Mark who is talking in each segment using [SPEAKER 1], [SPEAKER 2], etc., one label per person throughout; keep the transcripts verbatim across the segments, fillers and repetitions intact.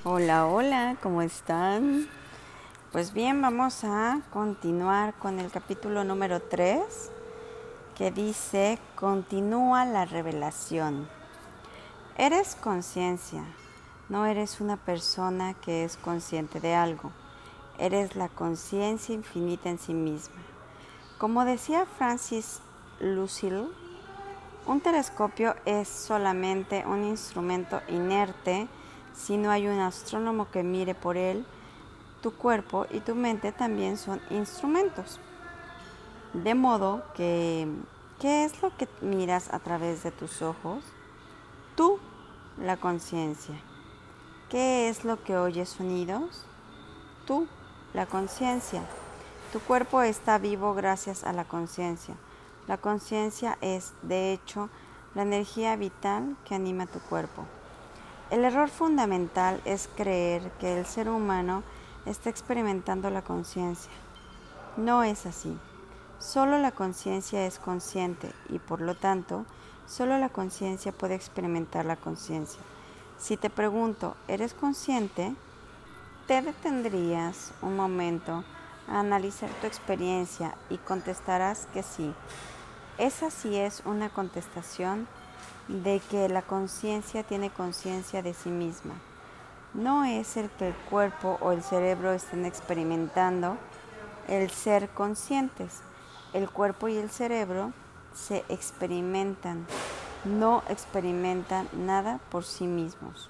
[SPEAKER 1] Hola, hola, ¿cómo están? Pues bien, vamos a continuar con el capítulo número tres, que dice, continúa la revelación. Eres conciencia, no eres una persona que es consciente de algo, eres la conciencia infinita en sí misma. Como decía Francis Lucille, un telescopio es solamente un instrumento inerte si no hay un astrónomo que mire por él. Tu cuerpo y tu mente también son instrumentos. De modo que, ¿qué es lo que miras a través de tus ojos? Tú, la conciencia. ¿Qué es lo que oyes sonidos? Tú, la conciencia. Tu cuerpo está vivo gracias a la conciencia. La conciencia es, de hecho, la energía vital que anima tu cuerpo. El error fundamental es creer que el ser humano está experimentando la conciencia. No es así. Solo la conciencia es consciente y, por lo tanto, solo la conciencia puede experimentar la conciencia. Si te pregunto, ¿eres consciente? Te detendrías un momento a analizar tu experiencia y contestarás que sí. Esa sí es una contestación de que la conciencia tiene conciencia de sí misma. No es el que el cuerpo o el cerebro estén experimentando el ser conscientes. El cuerpo y el cerebro se experimentan, no experimentan nada por sí mismos.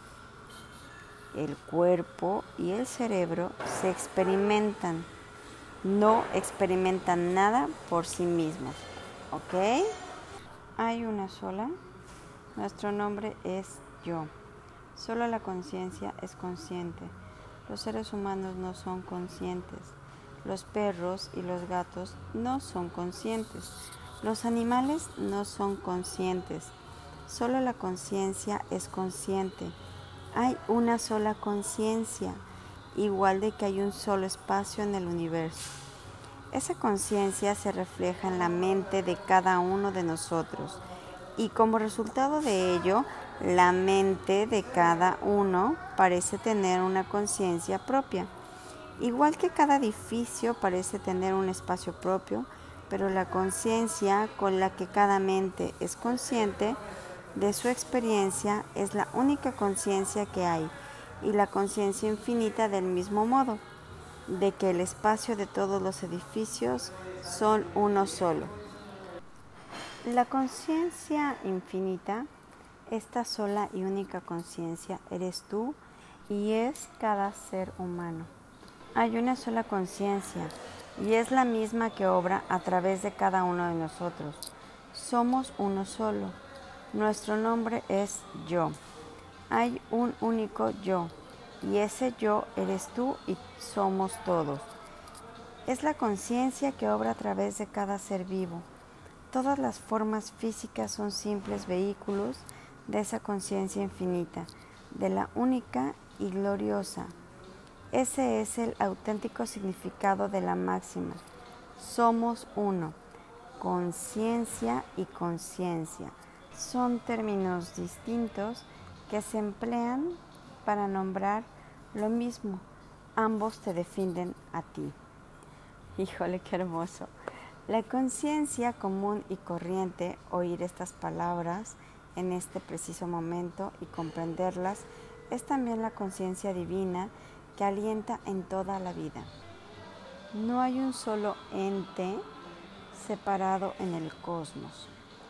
[SPEAKER 1] El cuerpo y el cerebro se experimentan, no experimentan nada por sí mismos. ¿Ok? Hay una sola. Nuestro nombre es yo. Solo la conciencia es consciente. Los seres humanos no son conscientes. Los perros y los gatos no son conscientes. Los animales no son conscientes. Solo la conciencia es consciente. Hay una sola conciencia, igual de que hay un solo espacio en el universo. Esa conciencia se refleja en la mente de cada uno de nosotros y como resultado de ello, la mente de cada uno parece tener una conciencia propia. Igual que cada edificio parece tener un espacio propio, pero la conciencia con la que cada mente es consciente de su experiencia es la única conciencia que hay, y la conciencia infinita del mismo modo, de que el espacio de todos los edificios son uno solo. La conciencia infinita, esta sola y única conciencia, eres tú y es cada ser humano. Hay una sola conciencia y es la misma que obra a través de cada uno de nosotros. Somos uno solo. Nuestro nombre es yo. Hay un único yo y ese yo eres tú y somos todos. Es la conciencia que obra a través de cada ser vivo. Todas las formas físicas son simples vehículos de esa conciencia infinita, de la única y gloriosa. Ese es el auténtico significado de la máxima. Somos uno. Conciencia y conciencia son términos distintos que se emplean para nombrar lo mismo. Ambos te definen a ti. Híjole, qué hermoso. La conciencia común y corriente, oír estas palabras en este preciso momento y comprenderlas, es también la conciencia divina que alienta en toda la vida. No hay un solo ente separado en el cosmos.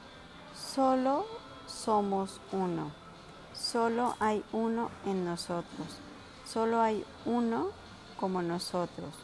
[SPEAKER 1] Solo somos uno. Solo hay uno en nosotros. Solo hay uno como nosotros.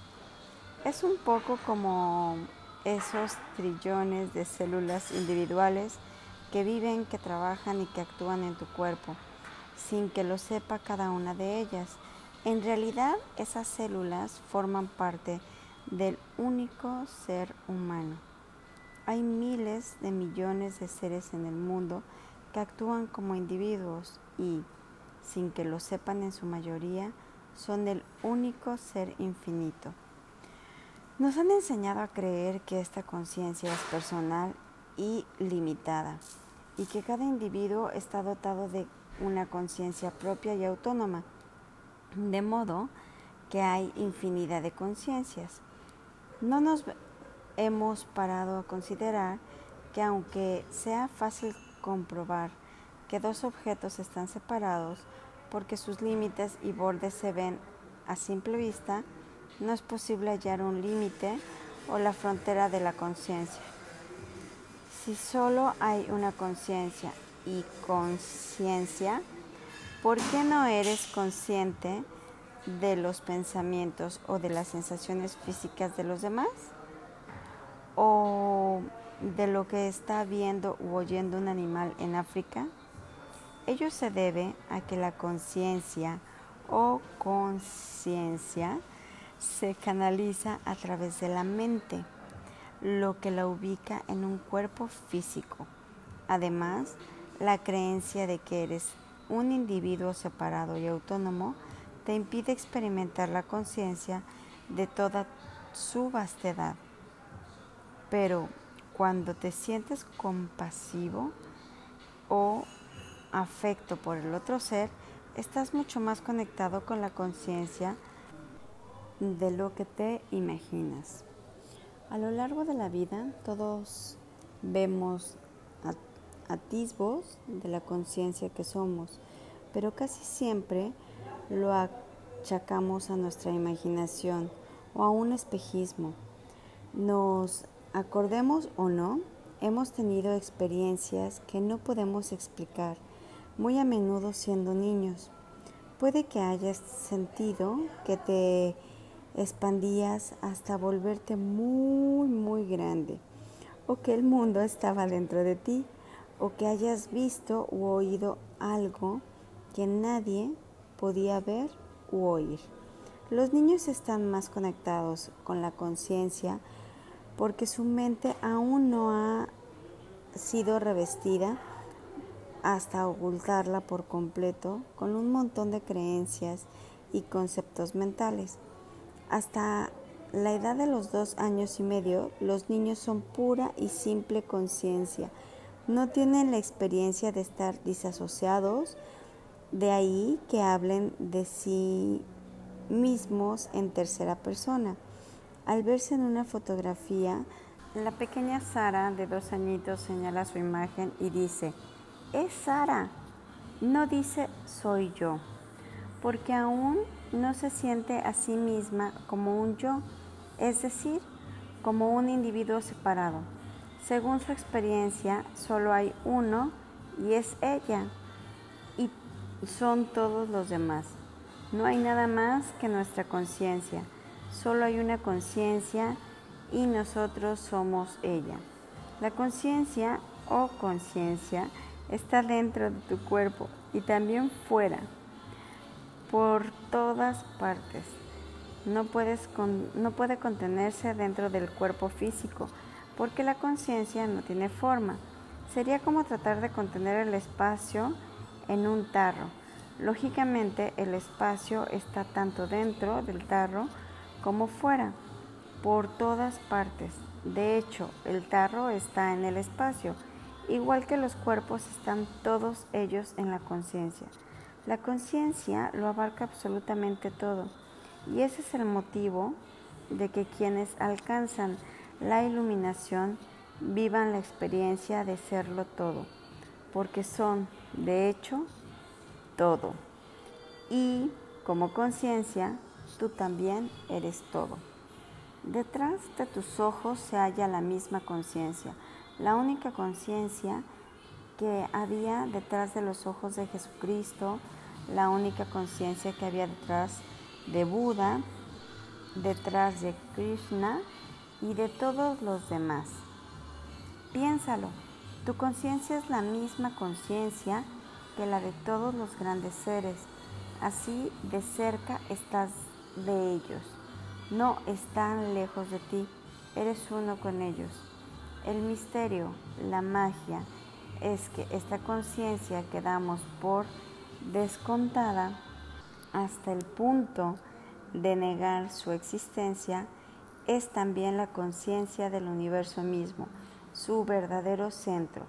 [SPEAKER 1] Es un poco como esos trillones de células individuales que viven, que trabajan y que actúan en tu cuerpo, sin que lo sepa cada una de ellas. En realidad, esas células forman parte del único ser humano. Hay miles de millones de seres en el mundo que actúan como individuos y, sin que lo sepan en su mayoría, son el único ser infinito. Nos han enseñado a creer que esta conciencia es personal y limitada y que cada individuo está dotado de una conciencia propia y autónoma. De modo que hay infinidad de conciencias. No nos hemos parado a considerar que aunque sea fácil comprobar que dos objetos están separados porque sus límites y bordes se ven a simple vista, no es posible hallar un límite o la frontera de la conciencia. Si solo hay una conciencia y conciencia, ¿por qué no eres consciente de los pensamientos o de las sensaciones físicas de los demás? ¿O de lo que está viendo u oyendo un animal en África? Ello se debe a que la conciencia o conciencia se canaliza a través de la mente, lo que la ubica en un cuerpo físico. Además, la creencia de que eres un individuo separado y autónomo te impide experimentar la conciencia de toda su vastedad. Pero cuando te sientes compasivo o afecto por el otro ser, estás mucho más conectado con la conciencia de lo que te imaginas. A lo largo de la vida, todos vemos atisbos de la conciencia que somos, pero casi siempre lo achacamos a nuestra imaginación o a un espejismo. Nos acordemos o no, hemos tenido experiencias que no podemos explicar, muy a menudo siendo niños. Puede que hayas sentido que te expandías hasta volverte muy, muy grande, o que el mundo estaba dentro de ti, o que hayas visto u oído algo que nadie podía ver u oír. Los niños están más conectados con la conciencia porque su mente aún no ha sido revestida hasta ocultarla por completo con un montón de creencias y conceptos mentales. Hasta la edad de los dos años y medio, los niños son pura y simple conciencia. No tienen la experiencia de estar disasociados, de ahí que hablen de sí mismos en tercera persona. Al verse en una fotografía, la pequeña Sara de dos añitos señala su imagen y dice: «Es Sara», no dice «soy yo», porque aún no se siente a sí misma como un yo, es decir, como un individuo separado. Según su experiencia, solo hay uno y es ella, y son todos los demás. No hay nada más que nuestra conciencia, solo hay una conciencia y nosotros somos ella. La conciencia o conciencia está dentro de tu cuerpo y también fuera, por todas partes. No, puedes con, no puede contenerse dentro del cuerpo físico, porque la conciencia no tiene forma. Sería como tratar de contener el espacio en un tarro. Lógicamente, el espacio está tanto dentro del tarro como fuera, por todas partes. De hecho, el tarro está en el espacio, igual que los cuerpos están todos ellos en la conciencia. La conciencia lo abarca absolutamente todo, y ese es el motivo de que quienes alcanzan la iluminación vivan la experiencia de serlo todo, porque son, de hecho, todo. Y como conciencia, tú también eres todo. Detrás de tus ojos se halla la misma conciencia, la única conciencia que había detrás de los ojos de Jesucristo, la única conciencia que había detrás de Buda, detrás de Krishna y de todos los demás. Piénsalo, tu conciencia es la misma conciencia que la de todos los grandes seres. Así de cerca estás de ellos. No están lejos de ti, eres uno con ellos. El misterio, la magia, es que esta conciencia que damos por descontada hasta el punto de negar su existencia es también la conciencia del universo mismo, su verdadero centro.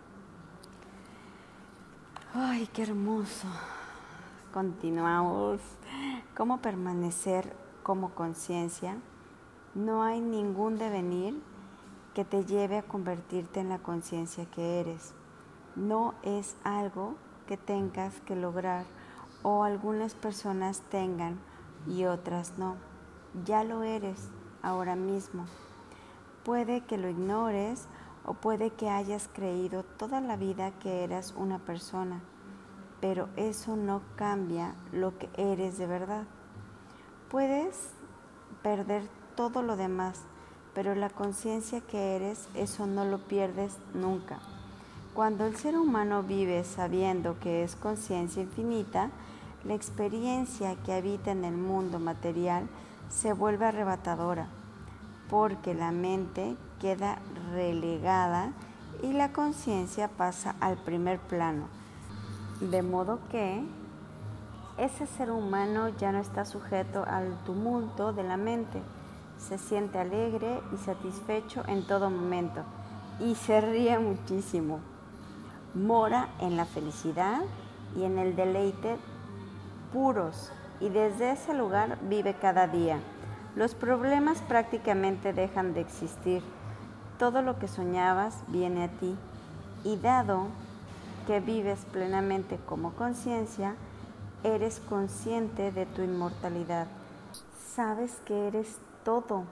[SPEAKER 1] ¡Ay, qué hermoso! Continuamos ¿Cómo permanecer como conciencia? No hay ningún devenir que te lleve a convertirte en la conciencia que eres. No es algo que tengas que lograr o algunas personas tengan y otras no. Ya lo eres ahora mismo. Puede que lo ignores o puede que hayas creído toda la vida que eras una persona, pero eso no cambia lo que eres de verdad. Puedes perder todo lo demás, pero la conciencia que eres, eso no lo pierdes nunca. Cuando el ser humano vive sabiendo que es conciencia infinita, la experiencia que habita en el mundo material se vuelve arrebatadora, porque la mente queda relegada y la conciencia pasa al primer plano, de modo que ese ser humano ya no está sujeto al tumulto de la mente, se siente alegre y satisfecho en todo momento y se ríe muchísimo. Mora en la felicidad y en el deleite puros y desde ese lugar vive cada día. Los problemas prácticamente dejan de existir. Todo lo que soñabas viene a ti y dado que vives plenamente como conciencia, eres consciente de tu inmortalidad. Sabes que eres todo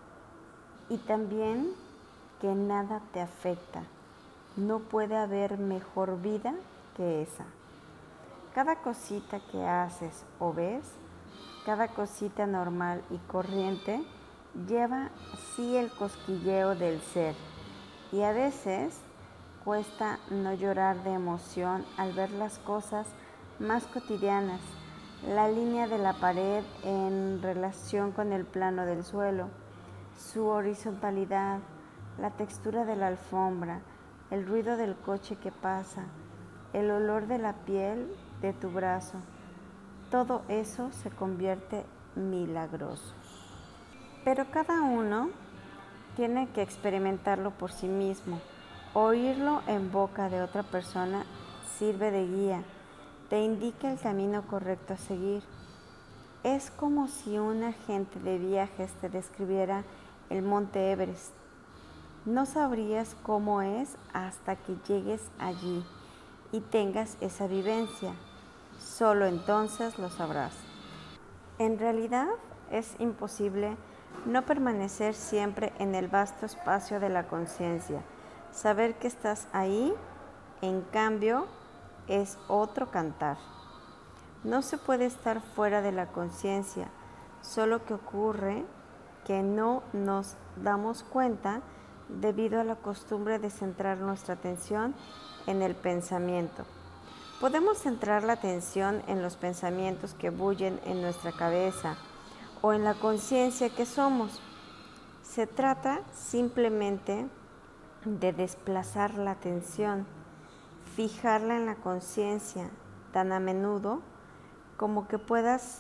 [SPEAKER 1] y también que nada te afecta. No puede haber mejor vida que esa. Cada cosita que haces o ves, cada cosita normal y corriente, lleva sí el cosquilleo del ser y a veces cuesta no llorar de emoción al ver las cosas más cotidianas, la línea de la pared en relación con el plano del suelo, su horizontalidad, la textura de la alfombra, el ruido del coche que pasa, el olor de la piel de tu brazo. Todo eso se convierte milagroso. Pero cada uno tiene que experimentarlo por sí mismo. Oírlo en boca de otra persona sirve de guía, te indica el camino correcto a seguir. Es como si un agente de viajes te describiera el monte Everest. No sabrías cómo es hasta que llegues allí y tengas esa vivencia. Solo entonces lo sabrás. En realidad es imposible no permanecer siempre en el vasto espacio de la conciencia. Saber que estás ahí, en cambio, es otro cantar. No se puede estar fuera de la conciencia, solo que ocurre que no nos damos cuenta debido a la costumbre de centrar nuestra atención en el pensamiento. Podemos centrar la atención en los pensamientos que bullen en nuestra cabeza o en la conciencia que somos. Se trata simplemente de desplazar la atención, fijarla en la conciencia tan a menudo como que puedas,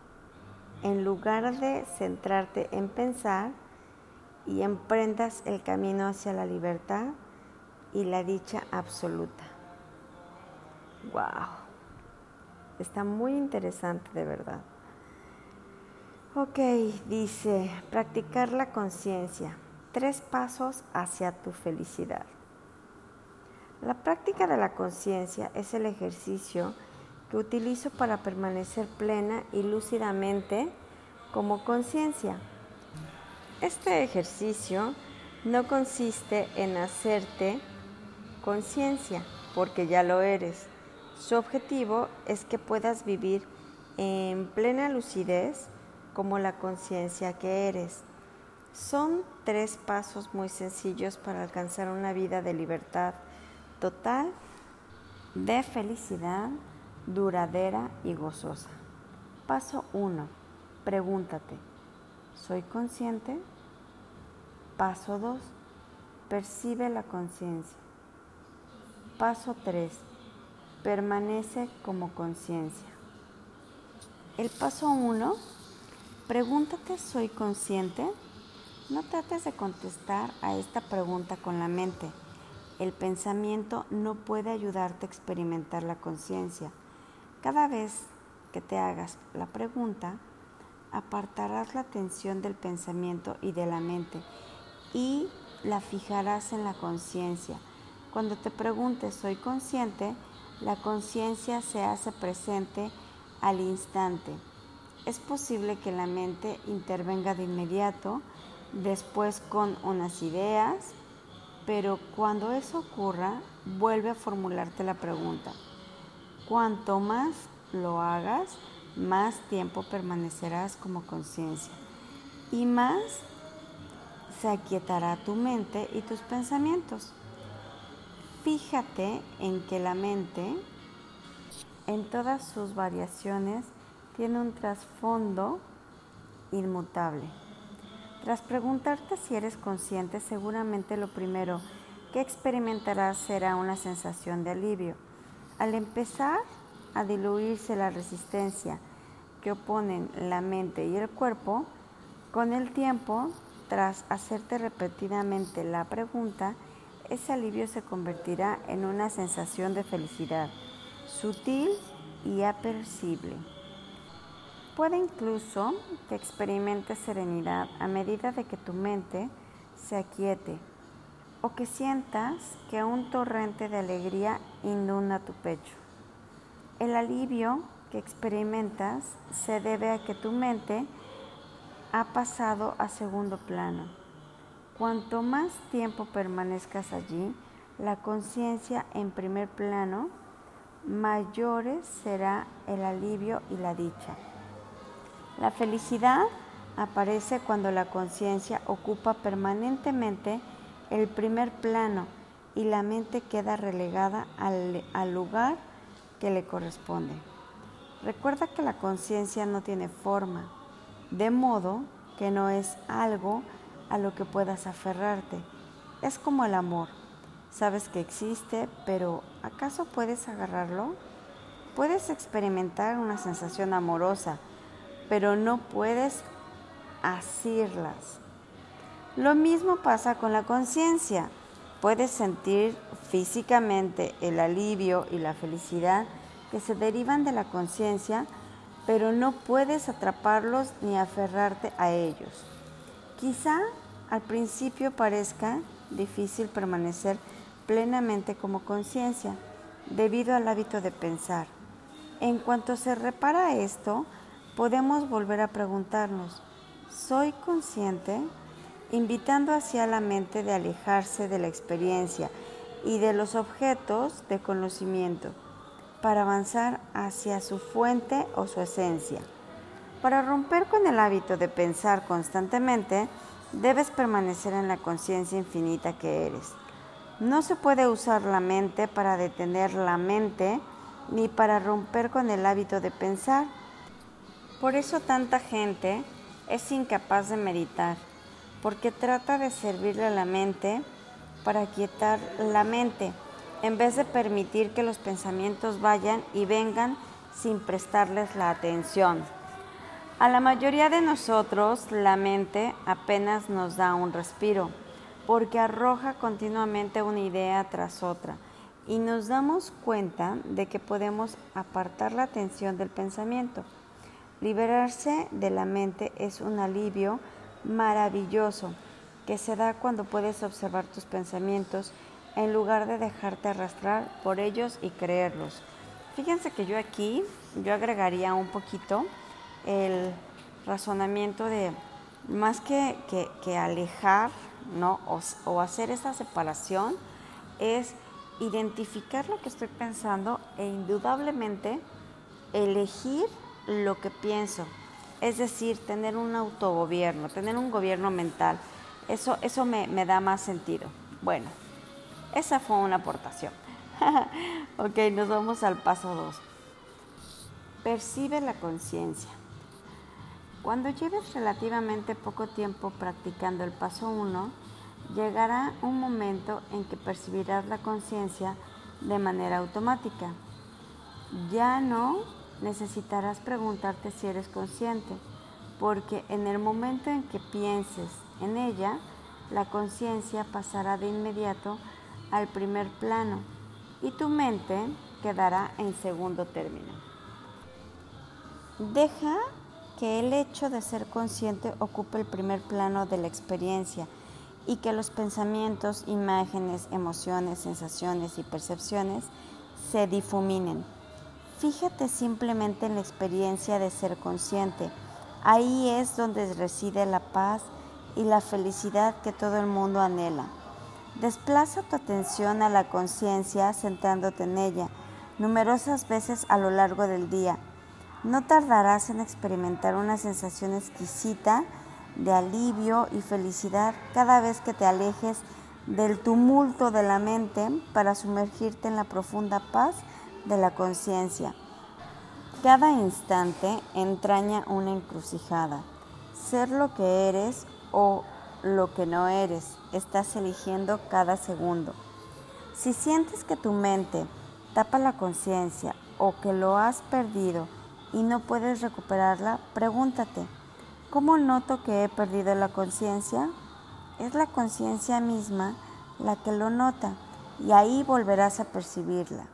[SPEAKER 1] en lugar de centrarte en pensar, y emprendas el camino hacia la libertad y la dicha absoluta. ¡Wow! Está muy interesante, de verdad. Ok, dice, practicar la conciencia. Tres pasos hacia tu felicidad. La práctica de la conciencia es el ejercicio que utilizo para permanecer plena y lúcidamente como conciencia. Este ejercicio no consiste en hacerte conciencia, porque ya lo eres. Su objetivo es que puedas vivir en plena lucidez como la conciencia que eres. Son tres pasos muy sencillos para alcanzar una vida de libertad total, de felicidad duradera y gozosa. Paso uno. Pregúntate, ¿soy consciente? Paso dos. Percibe la conciencia. Paso tres. Permanece como conciencia. El paso uno. Pregúntate, ¿soy consciente? No trates de contestar a esta pregunta con la mente. El pensamiento no puede ayudarte a experimentar la conciencia. Cada vez que te hagas la pregunta, apartarás la atención del pensamiento y de la mente y la fijarás en la conciencia. Cuando te preguntes, ¿soy consciente?, la conciencia se hace presente al instante. Es posible que la mente intervenga de inmediato, después con unas ideas, pero cuando eso ocurra, vuelve a formularte la pregunta. Cuanto más lo hagas, más tiempo permanecerás como conciencia y más se aquietará tu mente y tus pensamientos. Fíjate en que la mente, en todas sus variaciones, tiene un trasfondo inmutable. Tras preguntarte si eres consciente, seguramente lo primero que experimentarás será una sensación de alivio. Al empezar a diluirse la resistencia que oponen la mente y el cuerpo, con el tiempo, tras hacerte repetidamente la pregunta, ese alivio se convertirá en una sensación de felicidad, sutil y apercibible. Puede incluso que experimentes serenidad a medida de que tu mente se aquiete o que sientas que un torrente de alegría inunda tu pecho. El alivio que experimentas se debe a que tu mente ha pasado a segundo plano. Cuanto más tiempo permanezcas allí, la conciencia en primer plano, mayores será el alivio y la dicha. La felicidad aparece cuando la conciencia ocupa permanentemente el primer plano y la mente queda relegada al, al lugar que le corresponde. Recuerda que la conciencia no tiene forma, de modo que no es algo a lo que puedas aferrarte. Es como el amor. Sabes que existe, pero ¿acaso puedes agarrarlo? Puedes experimentar una sensación amorosa, pero no puedes asirlas. Lo mismo pasa con la conciencia. Puedes sentir físicamente el alivio y la felicidad que se derivan de la conciencia, pero no puedes atraparlos ni aferrarte a ellos. Quizá al principio parezca difícil permanecer plenamente como conciencia debido al hábito de pensar. En cuanto se repara esto, podemos volver a preguntarnos, ¿soy consciente?, invitando hacia la mente de alejarse de la experiencia y de los objetos de conocimiento para avanzar hacia su fuente o su esencia. Para romper con el hábito de pensar constantemente, debes permanecer en la conciencia infinita que eres. No se puede usar la mente para detener la mente ni para romper con el hábito de pensar. Por eso tanta gente es incapaz de meditar, porque trata de servirle a la mente para quietar la mente, en vez de permitir que los pensamientos vayan y vengan sin prestarles la atención. A la mayoría de nosotros, la mente apenas nos da un respiro, porque arroja continuamente una idea tras otra, y nos damos cuenta de que podemos apartar la atención del pensamiento. Liberarse de la mente es un alivio maravilloso que se da cuando puedes observar tus pensamientos en lugar de dejarte arrastrar por ellos y creerlos. Fíjense que yo aquí, yo agregaría un poquito el razonamiento de más que, que, que alejar, ¿no? o, o hacer esa separación, es identificar lo que estoy pensando e indudablemente elegir lo que pienso, es decir, tener un autogobierno, tener un gobierno mental. Eso, eso me, me da más sentido. Bueno, esa fue una aportación. Ok, nos vamos al paso dos. Percibe la conciencia. Cuando lleves relativamente poco tiempo practicando el paso uno, llegará un momento en que percibirás la conciencia de manera automática. Ya no necesitarás preguntarte si eres consciente, porque en el momento en que pienses en ella, la conciencia pasará de inmediato al primer plano y tu mente quedará en segundo término. Deja que el hecho de ser consciente ocupe el primer plano de la experiencia y que los pensamientos, imágenes, emociones, sensaciones y percepciones se difuminen. Fíjate simplemente en la experiencia de ser consciente. Ahí es donde reside la paz y la felicidad que todo el mundo anhela. Desplaza tu atención a la conciencia centrándote en ella numerosas veces a lo largo del día. No tardarás en experimentar una sensación exquisita de alivio y felicidad cada vez que te alejes del tumulto de la mente para sumergirte en la profunda paz de la conciencia. Cada instante entraña una encrucijada. Ser lo que eres o lo que no eres, estás eligiendo cada segundo. Si sientes que tu mente tapa la conciencia o que lo has perdido y no puedes recuperarla, pregúntate, ¿cómo noto que he perdido la conciencia? Es la conciencia misma la que lo nota y ahí volverás a percibirla.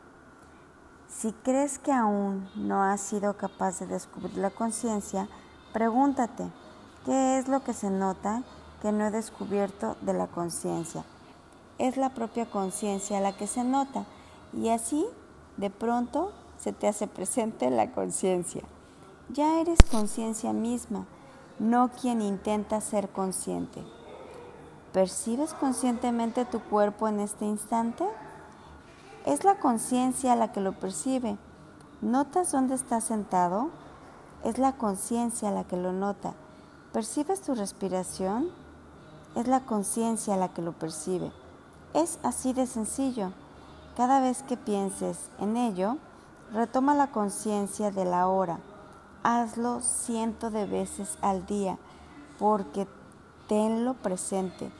[SPEAKER 1] Si crees que aún no has sido capaz de descubrir la conciencia, pregúntate, ¿qué es lo que se nota que no he descubierto de la conciencia? Es la propia conciencia la que se nota y así, de pronto, se te hace presente la conciencia. Ya eres conciencia misma, no quien intenta ser consciente. ¿Percibes conscientemente tu cuerpo en este instante? Es la conciencia la que lo percibe. ¿Notas dónde estás sentado? Es la conciencia la que lo nota. ¿Percibes tu respiración? Es la conciencia la que lo percibe. Es así de sencillo. Cada vez que pienses en ello, retoma la conciencia de la hora. Hazlo cientos de veces al día, porque tenlo presente.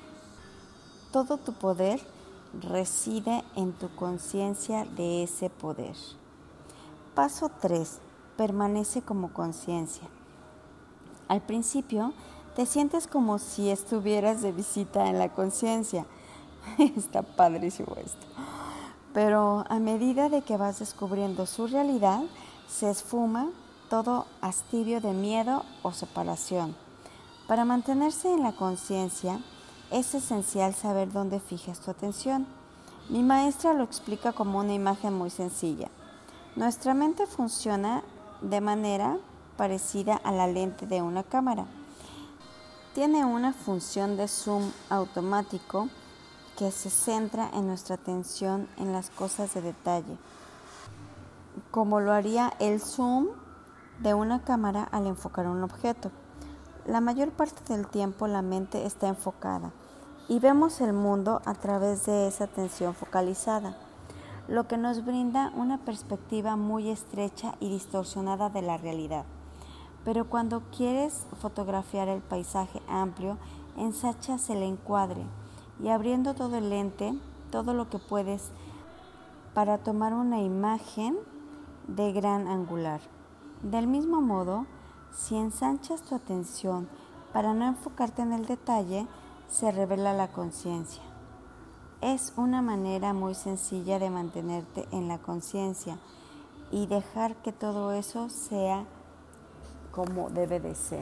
[SPEAKER 1] Todo tu poder reside en tu conciencia de ese poder. Paso tres. Permanece como conciencia. Al principio, te sientes como si estuvieras de visita en la conciencia. Está padrísimo esto. Pero a medida de que vas descubriendo su realidad, se esfuma todo hastío de miedo o separación. Para mantenerse en la conciencia, es esencial saber dónde fijas tu atención. Mi maestra lo explica como una imagen muy sencilla. Nuestra mente funciona de manera parecida a la lente de una cámara. Tiene una función de zoom automático que se centra en nuestra atención en las cosas de detalle, como lo haría el zoom de una cámara al enfocar un objeto. La mayor parte del tiempo la mente está enfocada y vemos el mundo a través de esa atención focalizada, lo que nos brinda una perspectiva muy estrecha y distorsionada de la realidad. Pero cuando quieres fotografiar el paisaje amplio, ensachas el encuadre y abriendo todo el lente, todo lo que puedes para tomar una imagen de gran angular. Del mismo modo, si ensanchas tu atención para no enfocarte en el detalle, se revela la conciencia. Es una manera muy sencilla de mantenerte en la conciencia y dejar que todo eso sea como debe de ser.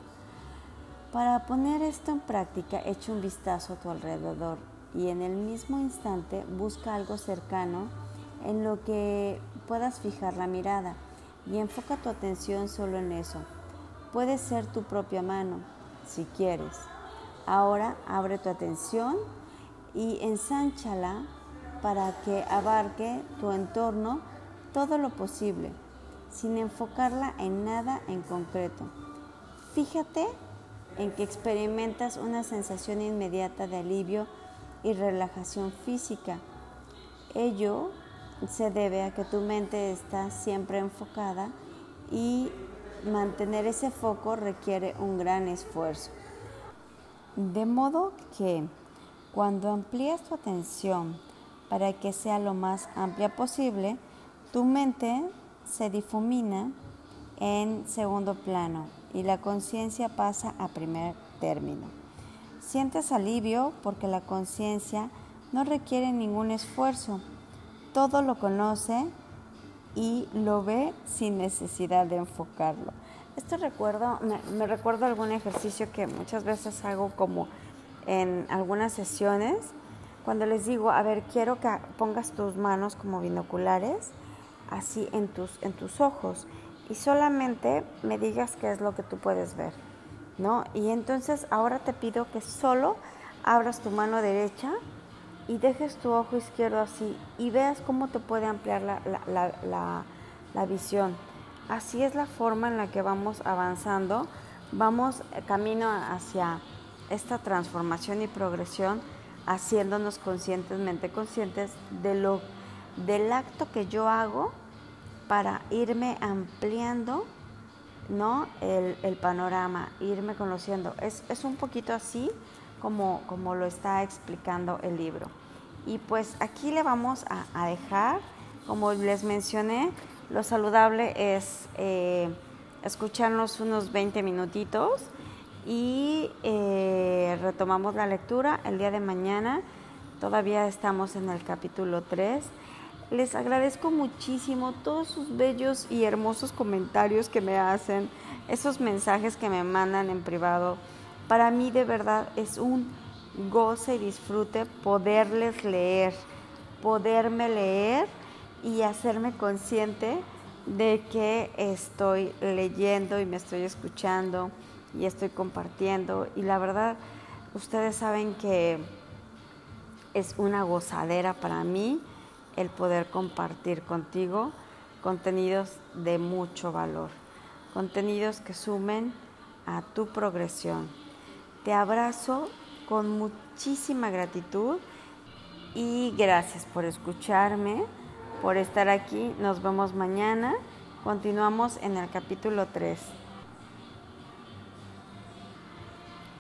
[SPEAKER 1] Para poner esto en práctica, echa un vistazo a tu alrededor y en el mismo instante busca algo cercano en lo que puedas fijar la mirada y enfoca tu atención solo en eso. Puede ser tu propia mano, si quieres. Ahora abre tu atención y ensánchala para que abarque tu entorno todo lo posible, sin enfocarla en nada en concreto. Fíjate en que experimentas una sensación inmediata de alivio y relajación física. Ello se debe a que tu mente está siempre enfocada y mantener ese foco requiere un gran esfuerzo. De modo que cuando amplías tu atención para que sea lo más amplia posible, tu mente se difumina en segundo plano y la conciencia pasa a primer término. Sientes alivio porque la conciencia no requiere ningún esfuerzo. Todo lo conoce y lo ve sin necesidad de enfocarlo. Esto recuerdo, me, me recuerdo algún ejercicio que muchas veces hago como en algunas sesiones, cuando les digo, a ver, quiero que pongas tus manos como binoculares, así en tus, en tus ojos, y solamente me digas qué es lo que tú puedes ver, ¿no? Y entonces ahora te pido que solo abras tu mano derecha y dejes tu ojo izquierdo así y veas cómo te puede ampliar la, la, la, la, la visión. Así es la forma en la que vamos avanzando, vamos camino hacia esta transformación y progresión, haciéndonos conscientemente conscientes de lo, del acto que yo hago para irme ampliando, ¿no? el, el panorama, irme conociendo. Es, es un poquito así como, como lo está explicando el libro. Y pues aquí le vamos a, a dejar, como les mencioné, lo saludable es eh, escucharnos unos veinte minutitos y eh, retomamos la lectura el día de mañana. Todavía estamos en el capítulo tres. Les agradezco muchísimo todos sus bellos y hermosos comentarios que me hacen, esos mensajes que me mandan en privado. Para mí de verdad es un goce y disfrute poderles leer, poderme leer y hacerme consciente de que estoy leyendo y me estoy escuchando y estoy compartiendo. Y la verdad, ustedes saben que es una gozadera para mí el poder compartir contigo contenidos de mucho valor, contenidos que sumen a tu progresión. Te abrazo con muchísima gratitud y gracias por escucharme, por estar aquí. Nos vemos mañana. Continuamos en el capítulo tres.